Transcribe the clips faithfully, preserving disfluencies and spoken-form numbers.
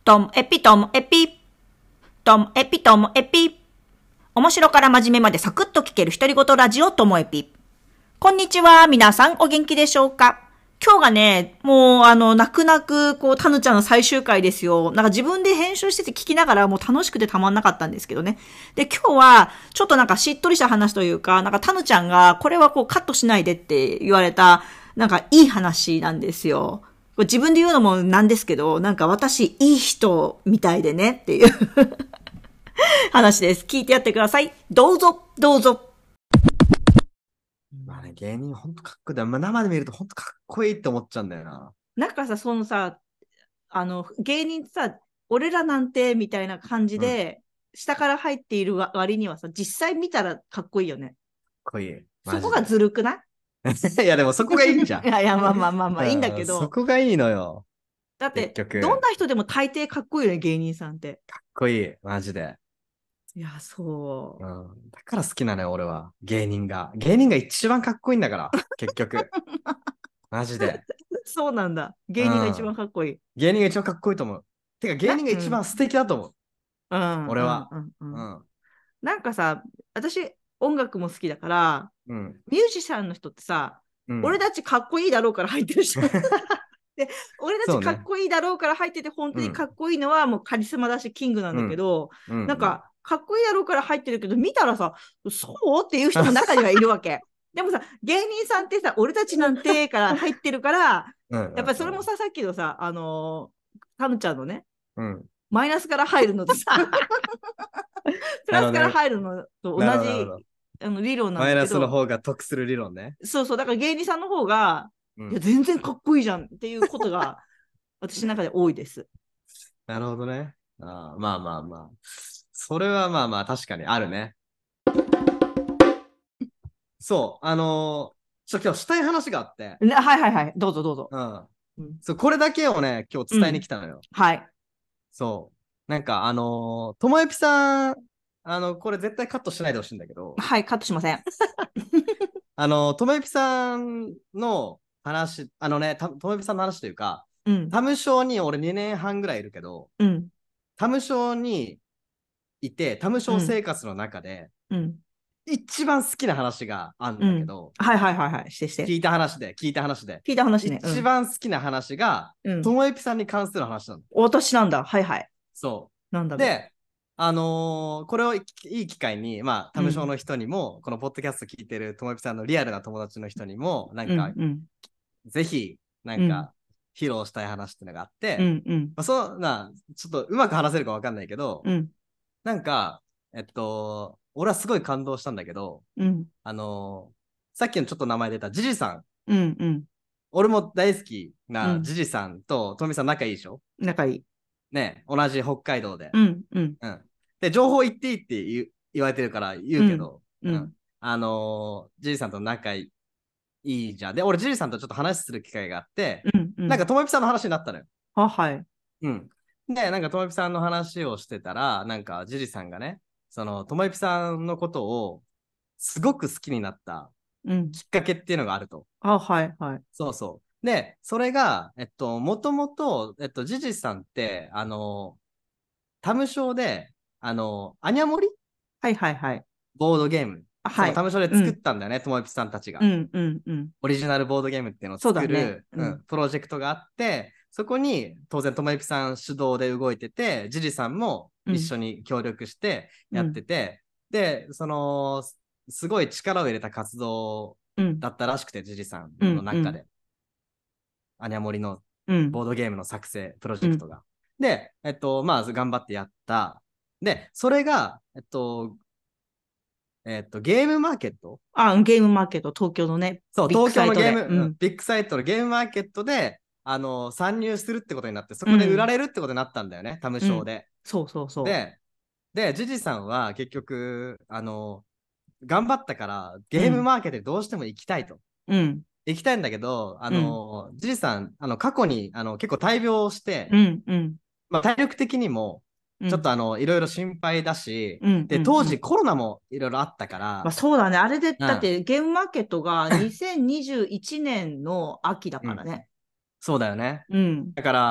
トムエピトムエピ。トムエピトムエピ。面白から真面目までサクッと聞ける独り言ラジオトモエピ。こんにちは。皆さんお元気でしょうか？今日がね、もうあの、泣く泣く、こう、タヌちゃんの最終回ですよ。なんか自分で編集してて聞きながらもう楽しくてたまんなかったんですけどね。で、今日は、ちょっとなんかしっとりした話というか、なんかタヌちゃんが、これはこうカットしないでって言われた、なんかいい話なんですよ。自分で言うのもなんですけど、なんか私いい人みたいでねっていう話です。聞いてやってください。どうぞ、どうぞ。 まあね、芸人ほんとかっこいい。まあ、生で見るとほんとかっこいいって思っちゃうんだよな。 なんかさ、そのさ、あの、芸人さ、俺らなんてみたいな感じうん。かっで、下から入っている割にはさ、実際見たらかっこいいよね。 こいい。 そこがマジで。 ずるくない？ いや、でもそこがいいんじゃいやいや、まあまあまあまあ、いいんだん。うん、そけど、 こがいいのよ。結だって、どん局。 な人でも大抵かっこいいよね、芸人さんって。 かっこいい。マジで。 いや、そうん。だから好きなのよ、俺は。芸人が。芸人が一番かっこいいんだから。結局。マジで。 う。そうなんだ。 う芸人が一番ん。 かっこいい。 芸人が一番かっこいいと思う。てか、芸な、 人がうん。 一番素敵だと思う。 うん、うん、 俺は。 うん、うん。 うん。 なんかさ、私、音楽も好きだから、 うん。 ミュージシャンの人ってさ、 うん。 俺たちかっこいいだろうから入ってるじゃん。で、俺たちかっそうね。 こいいだろうから入ってて、本当うん。 にかっこいいのはもうカリスマだし、キングなんうん。 だけど、 うん。うん。 なんか、かっこいいだろうから入ってるけど、見たらさ、そうっていう人も中にはいるわけ。でもさ、芸人さんってさ、俺たちなんてから入ってるから、 うん。 やっぱりそれうん。 もさ、さっきのさ、あのー、タムちゃんのね、 うん。 マイナスから入るのとさ、プラスからなるほどね。 入るのとなるほど、なるほ同じど。 あの理論なんマイナスのだけど、 方が得する理論ね。 そうそう、だから芸人さんの方が、いや、 うん。 全然かっこいいじゃんっていうことが、私の中で多いです。 なるほどね。あーまあまあまあ。それはまあまあ確かにあるね。そう、あのーちょっと今日したい話があって、 ね、はいはいはい、どうぞどうぞ。 うん。 うん。 そう、これだけをね、今日伝えにうん。 来たのよ。 はい。 そう。なんかあのーともえぴさん、あの、これ絶対カットしないでほしいんだけど、 はい、カットしません。 あの、ともえぴさんの話、あのね、たともえぴさんの話というか、 うん。 タム省に俺にねんはんぐらいいるけど、 うん。 タム省にいて、タム省うん。 生活の中で、 うん。 一番好きな話があるんうん。 だけど、 はいはいはいはい。してして。 聞いた話で、聞いた話で、 聞いた話ね。う一ん。 番好きな話が、 うん。 ともえぴさんに関する話なの。 私なんだ。はいはい。 そなんだう。 べ。 で、あのーこれをいい機会に、まあ、タうん。 ム省の人にも、このポッドキャスト聞いてるともえぴさんのリアルな友達の人にも、なんか、 うん。うん。 ぜひ、なうん。 んか、披露したい話っていうのがあって、 うん。うん。 まあ、そうな、ちょっとうまく話せるかわかんないけど、 うん。 なんか、えっと、俺はすごい感動したんだけど、 うん。 あのーさっきのちょっと名前出たジジさん。 うん。うん。 俺も大好きうん。 なジジさんとトミさん仲いいでしょ？ 仲いい。 ね、同じ北海道で。 うん。うん。 うん。で、情報言っていいって言う言われてるから言うん。 うけど、うん。 うん。 あのージジさんと仲いいじゃん。で、俺ジジさんとちょっと話する機会があって、 うん。うん。 なんかともみさんの話になったのよ。 あ、はい。 うん。で、なんかともみさんの話をしてたら、なんかジジさんがね、そのともみさんのことをすごく好きになったうん。 きっかけっていうのがあると。 あ、はい、はい。 そうそう。で、それが、えっと、もともと、えっと、ジジさんって、あの、タム省で、あの、アニャモリはい、はい、はい。 ボードゲーム。 あ、はい。 そのタム省で作っうん。 たんだよね、ともえぴさんたちが。 うん、うん、うん。 オリジナルボードゲームっていうのをそうだね。 作る、 うん。 うん、プロジェクトがあって、そこに当然ともえぴさん主導で動いてて、ジジさんもうん、 一緒に協力してやってうん、 て、で、その、すごい力を入れた活動うん、 だったらしくて、ジジさんうん、うん、 の中で。アニャモリのうん、 ボードゲームの作成プロジうん。 ェクトが。で、えっと、まあ、頑張ってやった。で、それが、えっと、えっと、ゲームマーケットあ、ゲームマーケット、東京のね、 そう、 ビッグ東京のゲーム、 サイトで。ううんん。 ビッグサイトのゲームマーケットで、あの、参入するってことになって、そこで売らうん。 れるってことになったんだよね、タムうん。 ショーで。 そうそうそで、で、ジジさんは結局、あの、頑張ったからう。 ゲームうん。 マーケットでどうしても行きたいと。 うん。 行きたいんだけど、あうん。 の、ジジさん、あの、過去に、あの、結構大病して、 うん。うん。 まあ、体力的にも、 うん。 ちょっとあの、いろいろ心配だし、 うん。うで、 ん。うん。 当時コロナもいろいろあったかまあら、 そうだね。あれで、 うん、 だってゲームマーケットがにせんにじゅういちねんの秋だうん、 からね。 そうだよね。 うん。 だから、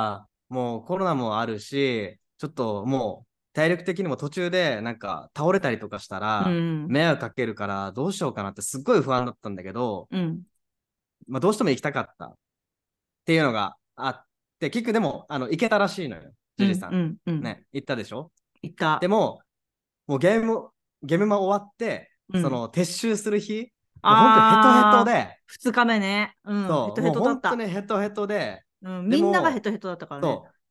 もうコロナもあるし、ちょっともう体力的にも途中でなんか倒れたりとかしたうらん。 迷惑かけるからどうしようかなってすっごい不安だったんだけど、 うん。 まあ、どうしても行きたかったっていうのがあって、結局でもあの行けたらしいのよ、 うん。 ジュジさん。 うん。うん。 ね、行ったでしょ。 いた。 でも、もうゲーム、ゲームマ終わって、 うん。 その撤収する日、もう本当にヘトヘトあー、 で、 二日目ね。うん。ヘそう、 トヘもう本当トだった。 にヘトヘトで、 うん。 でみんながヘも、 トヘトだったからね。 そう、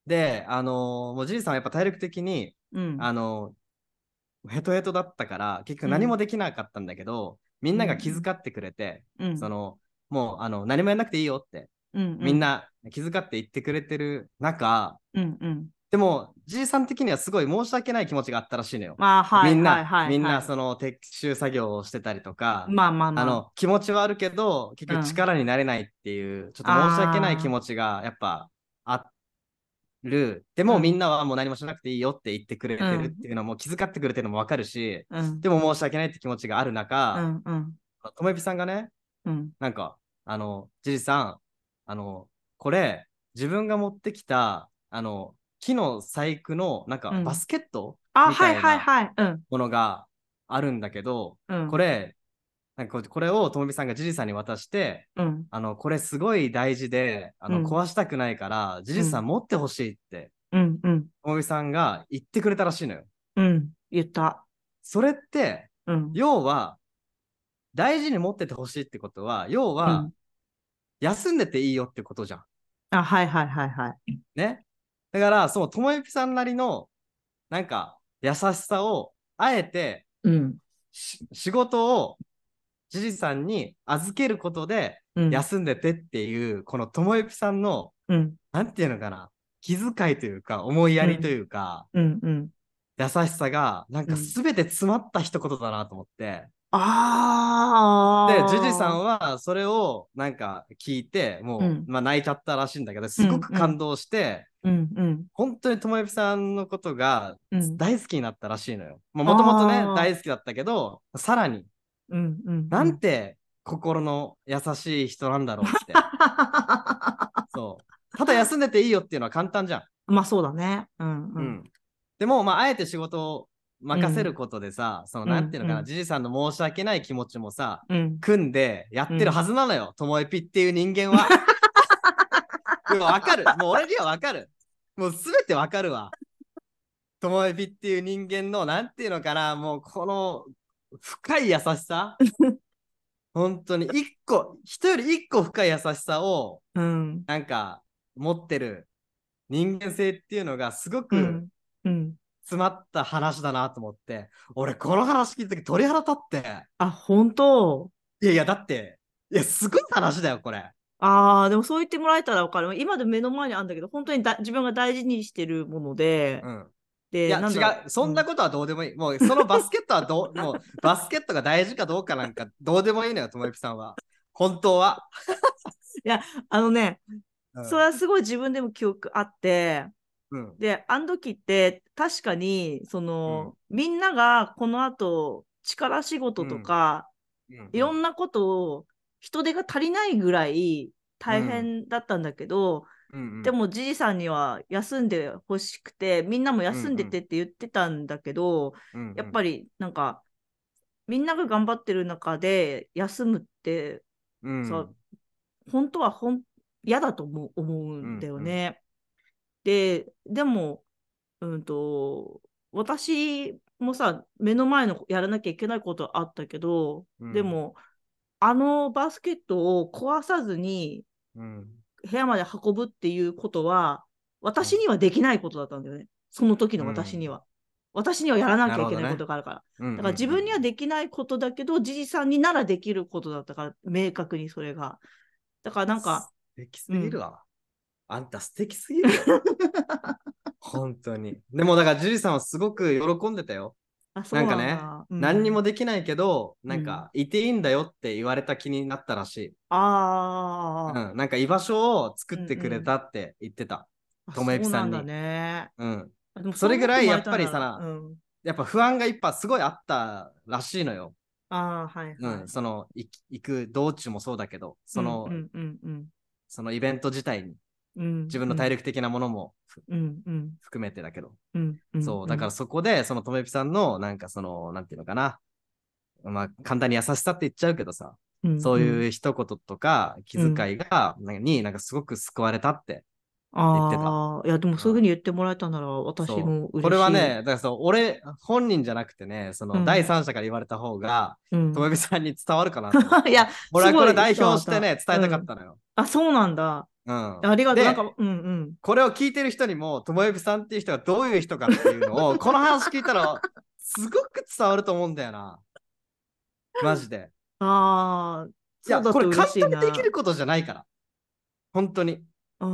で、あのーもうじいさんはやっぱ体力的に、 うん。 あのーヘトヘトだったから、結局何もうん。 できなかったんだけど、みんうん。うなが気ん。 遣ってくれて、 うん。 その、もう、あの、何もやんなくていいよって、 うん。うん。 みんな気遣って言ってくれてる中、 うん。うん。 でも、じいさん的にはすごい申し訳ない気持ちがあったらしいのよ。 まあ、はいはいみんな、 はいはい。 みんなその撤収作業をしてたりとか、 まあまあまあの、気持ちはあるけど、結あ。 局うん。 力になれないっていう、ちょっと申し訳ない気あ持ちがやっぱある。でー。うもみんん。 なはもう何もしなくていいよって言ってくれてるっうん。 ていうのも気遣ってくれてるのもわかるし、 うん。 でも申し訳ないって気持ちがある中、 うん。うん。 ともえぴさんがね、 うん。 なんか、あの、じじさん、あの、これ、自分が持ってきた、あの、木の細工の、なんか、バうん。 スケットあ、 みはいたいなはいはい。うん。 ものがあるんだけど、 うん。 これ、なんかこれをともみさんがじじさんに渡して、 うん。 あの、これすごい大事で、あの、 うん。 壊したくないから、じうん。 じさん持ってほしいって、 うん。うん。 ともみさんが言ってくれたらしいのよ。 うん。言った。 それって、 うん。 要は、大事に持っててほしいってことは、要は、 うん。 休んでていいよってことじゃん。 あ、はいはいはいはい。 ね。だから、そのともゆきさんなりの、なんか、優しさを、あえて、 うん。 し仕事を、じじさんに預けることで、 うん。 休んでてっていう、このともゆきさんの、 うん。 なんていうのかな、気遣いというか、思いやりとうん。 いうか、 うん。うん。 優しさが、なんかうん。 すべて詰まった一言だなと思って、で、ジジさああ。 んはそれをなんか聞いて、もう、 うん。 まあ、泣いちゃったらしいんだけど、すごうん。うん。 く感動して、 うん。うん。 本当にともゆきさんのことがうん。 大好きになったらしいのよ。もともとね、 ああ。 大好きだったけど、さらに、 うん。うん。うん。 なんて心の優しい人なんだろうって。そう。ただ休んでていいよっていうのは簡単じゃん。 まあそうだね。うん。うん。 うん。でも、まあ、あえて仕事をうん。 任せることでさ、その、 うん。 なんていうのかな、 うん。 じじさんの申し訳ない気持ちもさ、 うん。 組んでやってるはうん。 ずなのよ、ともえぴっていう人間は。でもわかる。もう俺にはわかる。もうすべてわかるわ。ともえぴっていう人間の、なんていうのかな、もうこの深い優しさ。本当に一個、人より一個深い優しさを、 うん。 なんか、持ってる人間性っていうのがすごくうん。うん。 詰まった話だなと思って、俺この話聞いた時鳥肌立って、 あ、本当。 いやいや、だって、いや、すごい話だよ、これ。 ああ、でもそう言ってもらえたらわかる。今でも目の前にあるんだけど、本当にだ自分が大事にしてるもので、 うん。いで、 や、違なんだろう。そう。うん。 んなことはどうでもいい。もう、そのバスケットはどう、もう、バスケットが大事かどうかなんか、どうでもいいのよ、ともゆきさんは。本当は。 いや、あのね、それうん。 はすごい自分でも記憶あって、 うん。 で、あの時って確かに、そうん。 の、みんながこの後、力仕事とうん。 か、 うん。うん。 いろんなことを人手が足りないぐらい大うん。 変だったんだけど、 うん。 でもじいさんには休んでほしくて、みんなもうん。 休んうん。 でてって言ってたんだけど、 うん。 やっぱりなんか、みんなが頑張ってる中で休むってさ、 うん。 本当はほん嫌だと思う、思うんだうん。うん。 よね。で、でも、うんと、私もさ、目の前のやらなきゃいけないことはあったけど、 うん。 でも、あのバスケットを壊さずにうん。 部屋まで運ぶっていうことは、 うん。 私にはできないことだったんだよね。その時のうん。 私には。私にはやらなきゃいけないことなるほどね。 があるから。 うん。うん。 だから自分にはうん。 できないことだけど、じじさんにならできることだったから、明確にそれが。だからなんか、 素敵すうん。 ぎるわ。あんた素敵すぎるよ。本当に。でも、だから、ジュリさんはすごく喜んでたよ。 あ、そうなんかね、 なんだ。う何にん。 もできないけど、なんうん。 か、いていいんだよって言われた気になったらしい。 ああ。 うん、なんか居場所を作うんってくれうん。 たって言ってた。 あ、 ともえそうなんだぴさんに。 ね。 うん。 あでもそれぐらい、 そう思ってもらやっぱえたなら、うりさ、 ん。 やっぱ不安がいっぱいすごいあったらしいのよ。 ああ、はいうん、 はい。 その、い行く道中もそうだけど、その、 うんうんうんうん。 そのイベント自体に。 うん、 自分の体力的なものも、 うん、うん、 含めてだけど。 うん、うん、 そう、だからそこで、そのともえぴさんの、なんかその、なんていうのかな。まあ、簡単に優しさって言っちゃうけどさ、 うん、 そううん、 いう一言とか気うん。 遣いが、なんかになんかすごく救われたって言ってた。 ああ、いや、でもそういうふううん、 に言ってもらえたなら、私そう。 もこ嬉しい。 れはね、だからそう、俺、本人じゃなくてね、その第うん、 三者から言われた方が、 うん。 ともえぴさんに伝わるかなと思っいや、 て、俺すごいはこれ代伝わった。 表してね、伝えたかっうん。 たのよ。 あ、そうなんだ。 うん。 ありがとう。なんで、 か、うん、うん。 これを聞いてる人にも、ともえぴさんっていう人がどういう人かっていうのを、この話聞いたら、すごく伝わると思うんだよな。マジで。 ああ、 いや、 そうだこれ簡と嬉しい単にできるな。 ことじゃないから。本当に。 うん。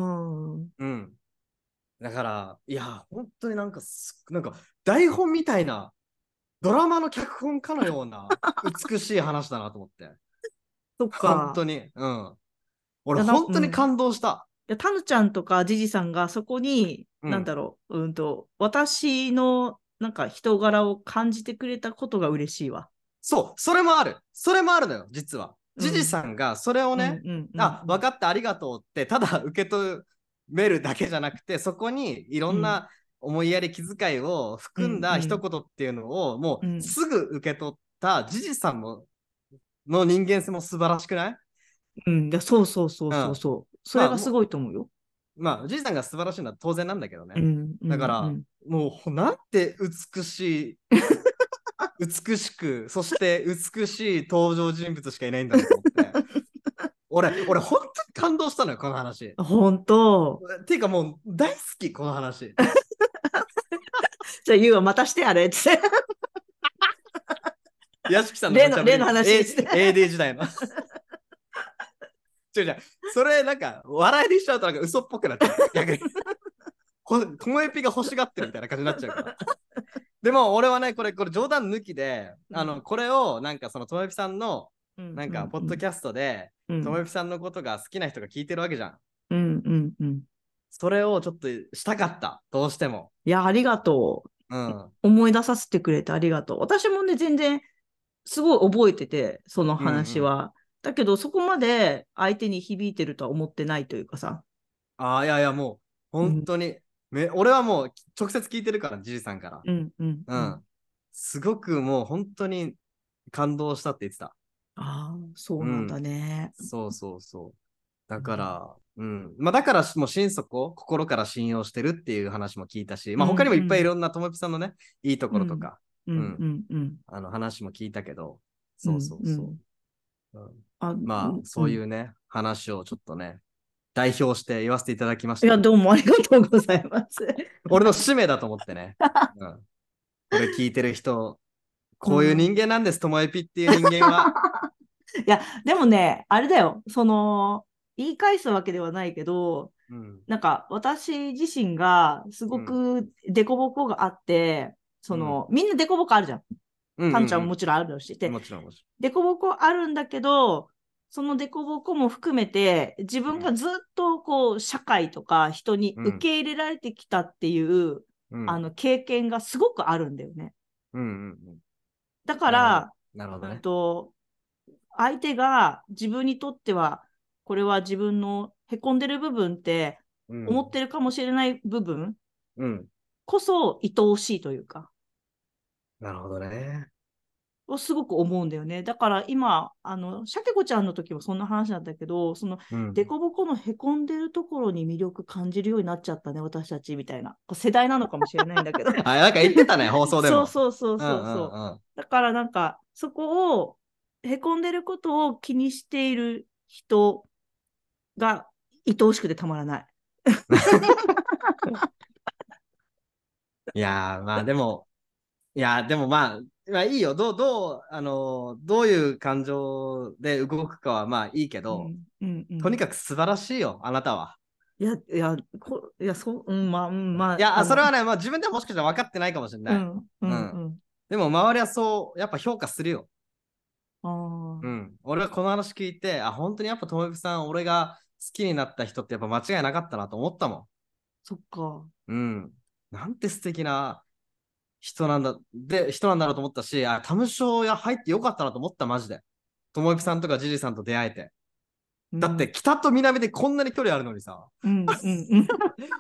うん、 うん。だから、いや、本当になんかす、なんか、台本みたいな、ドラマの脚本家のような、美しい話だなと思って。 そっか。 本当に。うん。俺、 いや、な、 本うん。 当に感動した。 いや、タヌちゃんとかジジさんがそこに、 うん。 なんだろう、うんと、私のなんか人柄を感じてくれたことが嬉しいわ。 そう、それもある。それもあるのよ、実は。ジジうん。 さんがそれをうん、 ね、 うん、うん、 あ、分かった、ありがとうって、ただ受け止めるだけじゃなくて、そこにいろうん、 んな思いやり気遣いをうん、 含んだ一うん、 言っていうのを、もうん、 うすぐ受け取ったジジさんもの人間性も素晴らしくない？ うん。いや、そうそうそううん。 そうそう。それがすまあもごいと思うよ。 う、まあ、ジジさんが素晴らしいのは当然なんだけどね。 うん、うん、うだから、 ん。 もう、なんて美しい、美しく、そして美しい登場人物しかいないんだろうと思って。俺、俺、本当に感動したのよ、この話。 本当。 っていうか、もう、大好き、この話。 じゃあ、ユウはまたしてやれって。 屋敷さんの例の、 無茶ぶり、 例の話し A、 て。 エーディー 時代の。違う違う。それ、なんか、笑いにしちゃうと、なんか嘘っぽくなっちゃう。逆に。ともえぴが欲しがってるみたいな感じになっちゃうから。でも、俺はね、これ、これ冗談抜きで、 うん、 あの、これを、なんか、その、ともえぴさんの、 うん、 なんか、 うん、うん、 ポッドキャストで、 うん、 ともえぴさんのことが好きな人が聞いてるわけじゃん。 うん、うん。うん。 それをちょっとしたかった。どうしても。 いや、ありがとう。 うん。 思い出させてくれてありがとう。私もね、全然、すごい覚えてて、そのうんうん。 話は。だけど、そこまで相手に響いてるとは思ってないというかさ。 ああ、いやいや、もう、 うん、 本当に、め、俺はもう、直接聞いてるから、じじさんかうん、うん、うら。うん。 ん。すごくもう、本当に感動したって言ってた。 ああ、そうなんだうん。 ね。 そうそうそう。だかうんら、うん。まあ、だから、もう心底、心から信用してるっていう話も聞いたし、まあ、他にうん、 もいっぱいいうん、 ろんなともぴさんのね、いいとうん、 ころとか、 うん、ううん。 ん、うん、 あの、話も聞いたけど、そううん、 そうそうん。 う。うん、 あ、うまあ、 ん、うん。 そういうね、話をちょっとね、代表して言わせていただきましいや、 たよ。 どうもありがとうございます。 俺の使命だと思ってね。うん。これ聞いてる人、 うこういう人ん。 間なんです、ともえぴっていう人間は。 いや、でもね、あれだよ。その、言い返すわけではないけど、 うん。 なんか私自身がすごうん。 くデコボコがあって、そうん。 の、みんなデコボコあるじゃん。 うんタンちゃんももうんちろんあるし、 うん。 で、 もちろん、もちデコボコあるんだけど、そのデコボコも含めて、自ろん。うん。 分がずっとこう、社会とか人にうん。 受け入れられてきたっていう、 うん。 あの、経験がすごくあるんだよね。 うん。うん。 だかなるほど。 ら、うんなるほどね。 と、相手が自分にとっては、これは自分のへこんでる部分ってうん。 思ってるかもしれない部分うん。 こそ愛おしいというか、 なるほどね。 をすごく思うんだよね。だから今、あの、シャケ子ちゃんの時もそんな話なんだけど、その、 うん。 デコボコのへこんでるところに魅力感じるようになっちゃったね、私たちみたいな。こう世代なのかもしれないんだけど。 あ、なんか言ってたね、放送でそうも。 そうそううんうそうそう。 んうん。 だからなんか、そこを、へこんでることを気にしている人が愛おしくてたまらない。 いやー、まあでも、いやー、でもまあ、まあいいよ。どう、どう、あのーどういう感情で動くかはまあいいけど、 うん、うん、うん。 とにかく素晴らしいよ、あなたは。 いや、いや、こいや、そう、うん、まあ、うん、まあ、 いや、 あの、 それはね、まあ自分ではもしかしたら分かってないかもしれない。 うん、うん、ううん。 ん。 でも周りはそう、やっぱ評価するよ。 ああ、 うん。俺はこの話聞いて、あ、本当にやっぱともゆきさん、俺が好きになった人ってやっぱ間違いなかったなと思ったもそっか。 ん。うん。なんて素敵な人なんだ、で、人なんだろうと思ったし、あ、タムショーや入ってよかったなと思った、マジで。ともゆきさんとかジジさんと出会えて。 だって北と南でこんなに距離あるのにさ、 うんうんうん。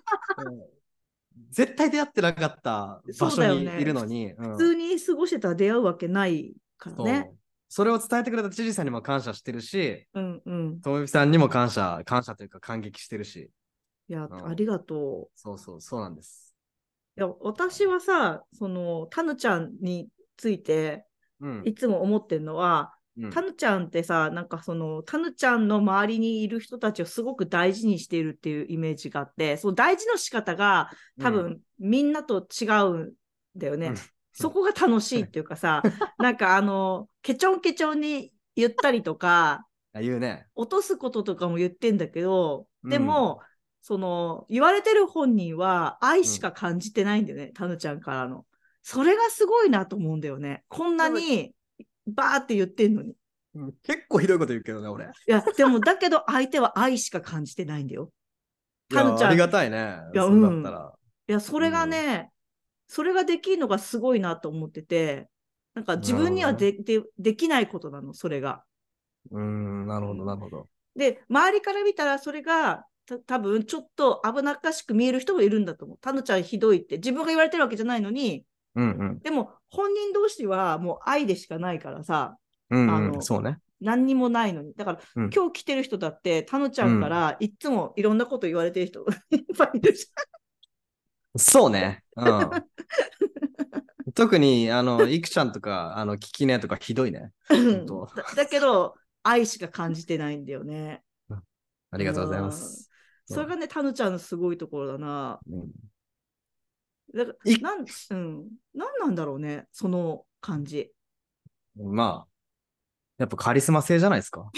絶対出会ってなかった場そう所にいだよね。 るのに、 普うん、 通に過ごしてたら出会うわけないからね。 そう。それを伝えてくれた知事さんにも感謝してるし、 うんうん。 ともみさんにも感謝、感謝というか感激してるし、 いや、 うん、 ありがとう。 そうそう、そうなんです。 いや、私はさ、その、タヌちゃんについて、 うん、 いつも思ってるのは、 うん、 タヌちゃんってさ、なんかその、タヌちゃんの周りにいる人たちをすごく大事にしているっていうイメージがあって、その大事の仕方がうん、 多分みんなと違うんだようん。 ね。そこが楽しいっていうかさ、なんかあの、ケチョンケチョンに言ったりとか、 あ、言うね。 落とすこととかも言ってんだけど、 うん、 でも、その、言われてる本人は愛しうん。 か感じてないんだよね、タヌちゃんからの。それがすごいなと思うんだよね。こんなでも、 にバーって言ってんのに。いうん、結構ひどいこと言うけどね、俺。 や、でも、だけど相手は愛しか感じてないんだよ。 いや、 タヌちゃん、いありがたいね。 や、 それだっうん。 たら。 いや、それがうん。 ね、それができるのがすごいなと思ってて、なんか自なるほどね。 分にはででできないことなの、それが。 うん、なるほど、なうん、 るほど。 で、周りから見たらそれがた多分ちょっと危なっかしく見える人もいるんだと思う。タヌちゃんひどいって自分が言われてるわけじゃないのに、 うん、うん。 でも本人同士はもう愛でしかないからさ、 うん、うん、 あの、 そうね。 何にもないのに。だからうん、 今日来てる人だってタヌちゃんかうん。 らいつもいろんなこと言われてる人いっぱいいるじそうね。うん。特に、あの、いくちゃんとか、あの、キキねとかひどいね。 ゃん。 本当。 だだけど愛しか感じてないんだよね。 あうりがとうございまん。 す。そそれがね、タヌちゃんのすごいところだな。 う。うん、 だからい、 なん、うん、なんなんだろうね、その感じ。 まあ、やっぱカリスマ性じゃないですか。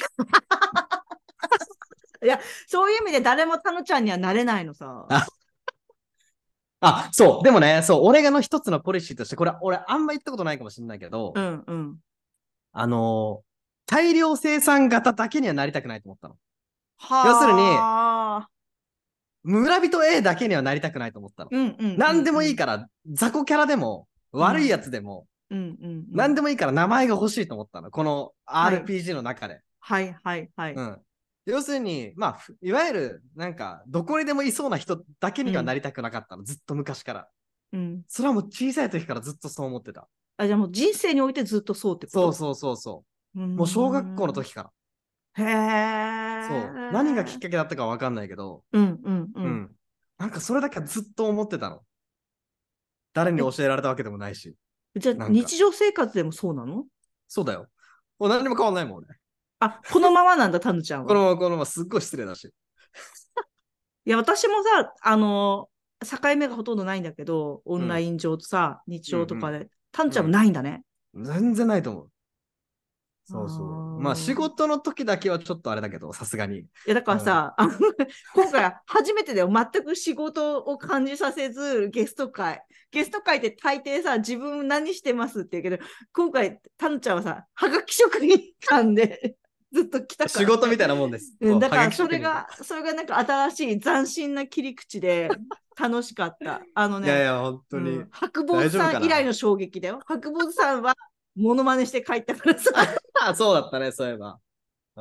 いや、そういう意味で誰もタヌちゃんにはなれないのさ。 あ、あ、そう。でもね、そう、俺がの一つのポリシーとして、これ、俺あんま言ったことないかもしれないけど、 うんうん。 あのー大量生産型だけにはなりたくないと思ったの。要するに、 はあ。 村人 A だけにはなりたくないと思ったの。 うんうんう何でんうん。 もいいから、雑魚キャラでも、悪いやうんつでも、 うんうんうん。 何でもいいから名前が欲しいと思ったの。このはいアールピージー の中で。 はいはいはい。 うん。要するに、まあ、いわゆる、なんか、どこにでもいそうな人だけにはなうんりたくなかったの。ずっと昔から。 うん。 それはもう小さい時からずっとそう思ってた。 あ、じゃあもう人生においてずっとそうってこと？ そうそうそうそう。 うーもう小学校のん。 時から。 へそう。何がきっえ。 かけだったかわかんないけど、 うんうんうん。 うん。なんかそれだけはずっと思ってたの。誰にえ、 教えられたわけでもないし。 じゃあなんか、 日常生活でもそうなの？ そうだよ。もう何にも変わんないもん、俺。 あ、このままなんだ、タヌちゃんは。 このまま、このまますっごい失礼だし。 いや、私もさ、あの、境目がほとんどないんだけど、オうん。 ンライン上とさ、日うん常とかで、タンちゃんもうん。 ないんだね。 うん。全然ないと思う。 あそうそう。まあ仕ー、 事の時だけはちょっとあれだけど、さすがに。 いや、だかうん。 らさ、あの今回初めてだよ。全く仕事を感じさせず、ゲスト会。ゲスト会って大抵さ、自分何してますって言うけど、今回、タンちゃんはさ、はがき職人館でずっと来たからね。 仕事みたいなもんです。 うん、 もう、はがだからき職人が。 それが、それがなんか新しい斬新な切り口で楽しかった。あのね、 いやいや、本当うに。 ん、白坊主大丈夫さん以来のかな。 衝撃だよ。白坊主さんはモノマネして帰ったからさ。 あ、そうだったね、そういえば。うん。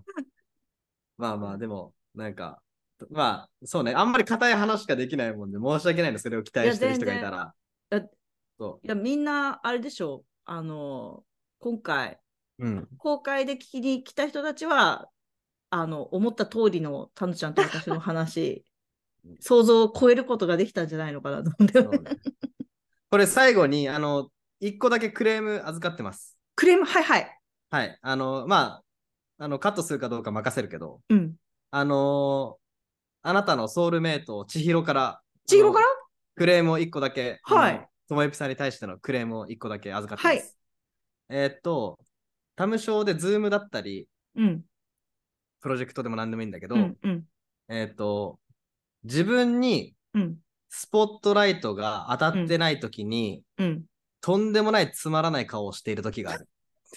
まあまあ、でも、なんか、まあ、そうね、あんまり硬い話しかできないもんで、申し訳ないの、それを期いや、 待してる人がいた全然。 ら。 だいそや、みんな、あれでしょう。あの、今回、 う。うん。 公開で聞きに来た人たちは、あの、思った通りのタヌちゃんと私の話、想像を超えることができたんじゃないのかなと思うんだよね。 そうね。これ最後に、あの、一個だけクレーム預かってます。 クレーム、はいはい。 はい。あの、まあ、あの、カットするかどうか任せるけど、 うん。 あのーあなたのソウルメイト、千尋から、あ千尋から。 の、クレームを一個だけ、あはい。 の、ともえぴさんに対してのクレームを一個だけ預かってはい。 ます。えーっと、タムショーでズームだったり、 うん。 プロジェクトでも何でもいいんだけど、 うん。うん。 えーっと、自分にうん。 スポットライトが当たうん。 ってないときに、 うん。 とんでもないつまらない顔をしているときがある。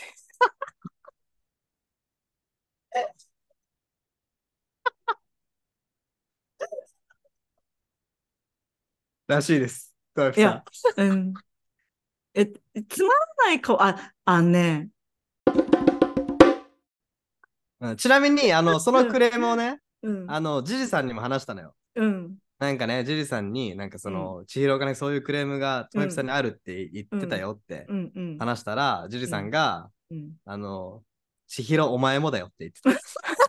らしいです。トラピいや、 さん。 うん。え、つまらない顔、あ、あのね、 うん、ちなみに、あの、そのクレームをね、 うん。 あの、ジジさんにも話したのよ。 うん。 なんかね、ジジさんに、なんかそうん。 の、千尋がね、そういうクレームが、ともゆきさんうん。 にあるって言ってたうん。 よってうん。うん。 話したら、ジジさんうん。 が、 うん。 あの、千尋お前もだよって言ってた。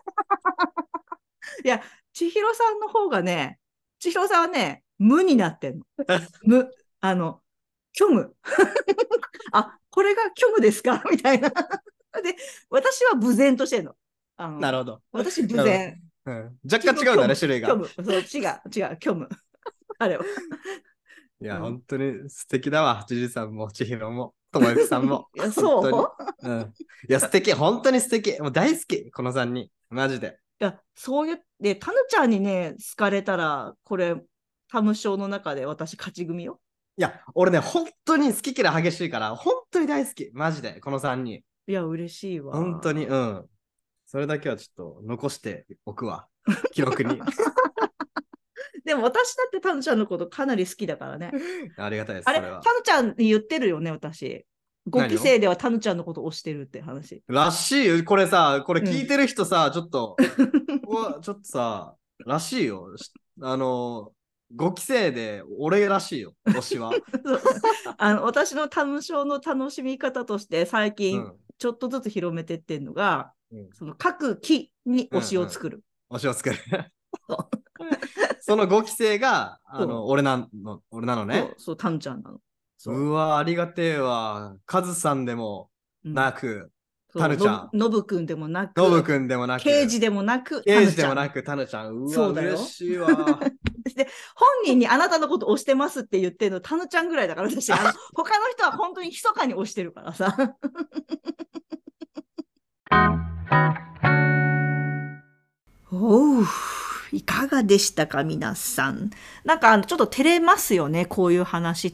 いや、千尋さんの方がね、千尋さんはね、無になってんの。無、あの、虚無。あ、これが虚無ですかみたいな。で、私は無然としてんの。あの、 なるほど。 私無なるほど。 然。 うん、若干違うんだね、 千尋虚無。 種類が。 虚無。そう、違う、違う、虚無。あれは。 いや、 うん。 本当に素敵だわ。ジジさんも、千尋も、ともゆきさんも。 いや、 本当に。 そううん。いや、素敵。本当に素敵。もう大好き。このさんにん。マジで。 いや、そういう、で、タヌちゃんにね、好かれたら、これ、タム賞の中で私勝ち組よ。 いや、俺ね、本当に好き嫌い激しいから、本当に大好き。マジで。このさんにん。 いや、嬉しい本当に、 わ。 うん。それだけはちょっと残しておくわ。記録に。 でも私だってタヌちゃんのことかなり好きだからね。 ありがたいです、 あれ、 それは。 タヌちゃんに言ってるよね、私。ご何を期生ではタヌちゃんのことを推してるって話。 らしいよ。これさ、これうん。 聞いてる人さ、ちょっと、ここはちょっとさ、らしいよ。しあの、ご期生で俺らしいよ、推しは。 そうあの私のタヌ賞の楽しみ方として最近うん。 ちょっとずつ広めてってんのが、 うん。 その各期に推しうんうん。 を作る。 推しを作る。そのご期生が、あの、 そう、 俺なの、俺なのね。 そう、そう、タヌちゃんなの。そうわ、ありがてえわ。カズさんでもう。うん。 なく、タそう、のぶ、 ヌちゃん。 のぶくんでもなノブく、 くんでもなく、 刑事でもなく、タ刑ヌちゃん。 事でもなく、タヌちゃん。うわ、 そうだよ。 嬉しいわ。 で、本人にあなたのこと推してますって言ってるの、タヌちゃんぐらいだから、私、あの、他の人は本当に密かに推してるからさ。おう、いかがでしたか、皆さん。なんか、ちょっと照れますよね、こういう話って。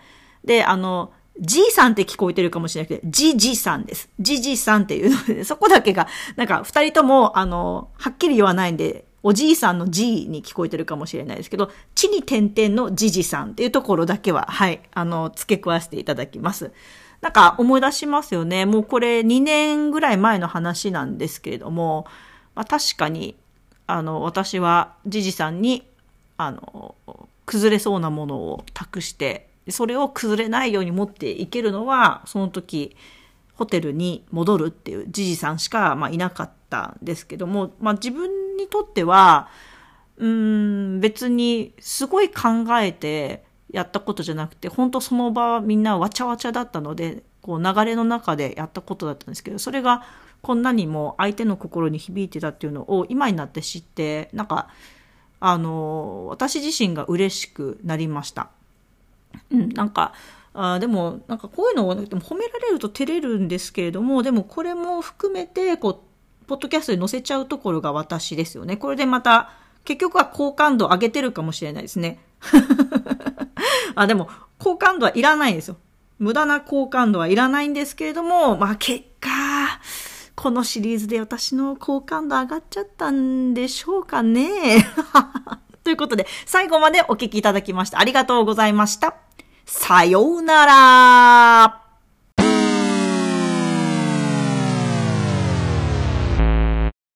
で、あの、じいさんって聞こえてるかもしれなくて、じじさんです。じじさんっていうので、そこだけが、なんか、二人とも、あの、はっきり言わないんで、おじいさんのじに聞こえてるかもしれないですけど、地に点々のじじさんっていうところだけは、はい、あの、付け加えていただきます。なんか思い出しますよね。もうこれにねんぐらい前の話なんですけれども、まあ、確かに、あの、私はじじさんに、あの、崩れそうなものを託して、それを崩れないように持っていけるのは、その時、ホテルに戻るっていうじじさんしか、まあ、いなかったんですけども、まあ、自分にとっては、うーん、別にすごい考えてやったことじゃなくて、本当その場はみんなわちゃわちゃだったので、こう流れの中でやったことだったんですけど、それがこんなにも相手の心に響いてたっていうのを今になって知って、なんか、あの、私自身が嬉しくなりました。うん、なんか、あでも、なんかこういうのをでも褒められると照れるんですけれども、でもこれも含めて、こう、ポッドキャストに載せちゃうところが私ですよね。これでまた、結局は好感度上げてるかもしれないですね。あ、でも、好感度はいらないんですよ。無駄な好感度はいらないんですけれども、まあ結果、このシリーズで私の好感度上がっちゃったんでしょうかね。ということで、最後までお聞きいただきましてありがとうございました。さようなら。